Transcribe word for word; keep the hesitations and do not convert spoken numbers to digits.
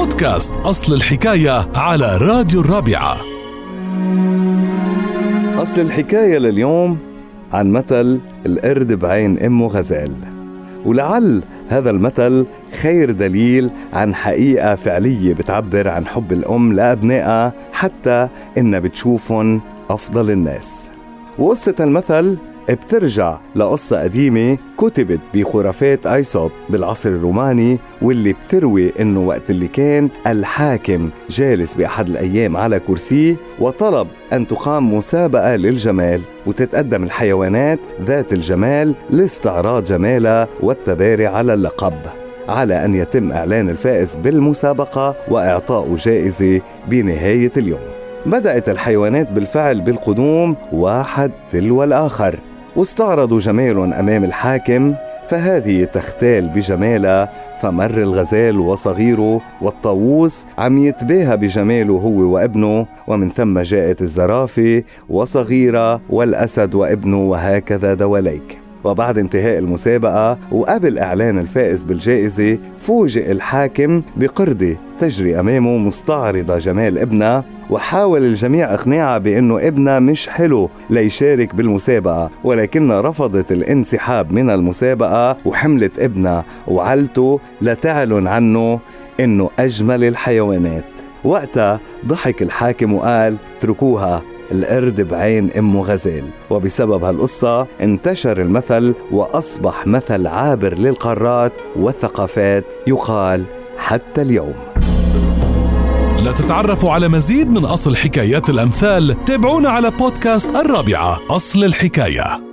بودكاست أصل الحكاية على راديو الرابعة. أصل الحكاية لليوم عن مثل القرد بعين أمه غزال، ولعل هذا المثل خير دليل عن حقيقة فعلية بتعبر عن حب الأم لأبنائها حتى إنها بتشوفهم أفضل الناس. وقصة المثل بترجع لقصة قديمة كتبت بخرافات أيسوب بالعصر الروماني، واللي بتروي إنه وقت اللي كان الحاكم جالس بأحد الأيام على كرسيه وطلب أن تقام مسابقة للجمال، وتتقدم الحيوانات ذات الجمال لاستعراض جمالها والتباري على اللقب، على أن يتم إعلان الفائز بالمسابقة وإعطاء جائزة بنهاية اليوم. بدأت الحيوانات بالفعل بالقدوم واحد تلو الآخر، واستعرضوا جمالهم أمام الحاكم، فهذه تختال بجمالها، فمر الغزال وصغيره والطاووس عم يتباهى بجماله هو وابنه، ومن ثم جاءت الزرافة وصغيرة والأسد وابنه، وهكذا دواليك. وبعد انتهاء المسابقة وقبل إعلان الفائز بالجائزة، فوجئ الحاكم بقردة تجري أمامه مستعرضة جمال ابنها، وحاول الجميع إقناعها بأنه ابنها مش حلو ليشارك بالمسابقة، ولكن رفضت الانسحاب من المسابقة وحملت ابنها وعلته لتعلن عنه أنه أجمل الحيوانات. وقتها ضحك الحاكم وقال: اتركوها، القرد بعين أمه غزال. وبسبب هالقصة انتشر المثل وأصبح مثل عابر للقارات والثقافات، يقال حتى اليوم. لا تتعرفوا على مزيد من أصل حكايات الأمثال، تابعونا على بودكاست الرابعة أصل الحكاية.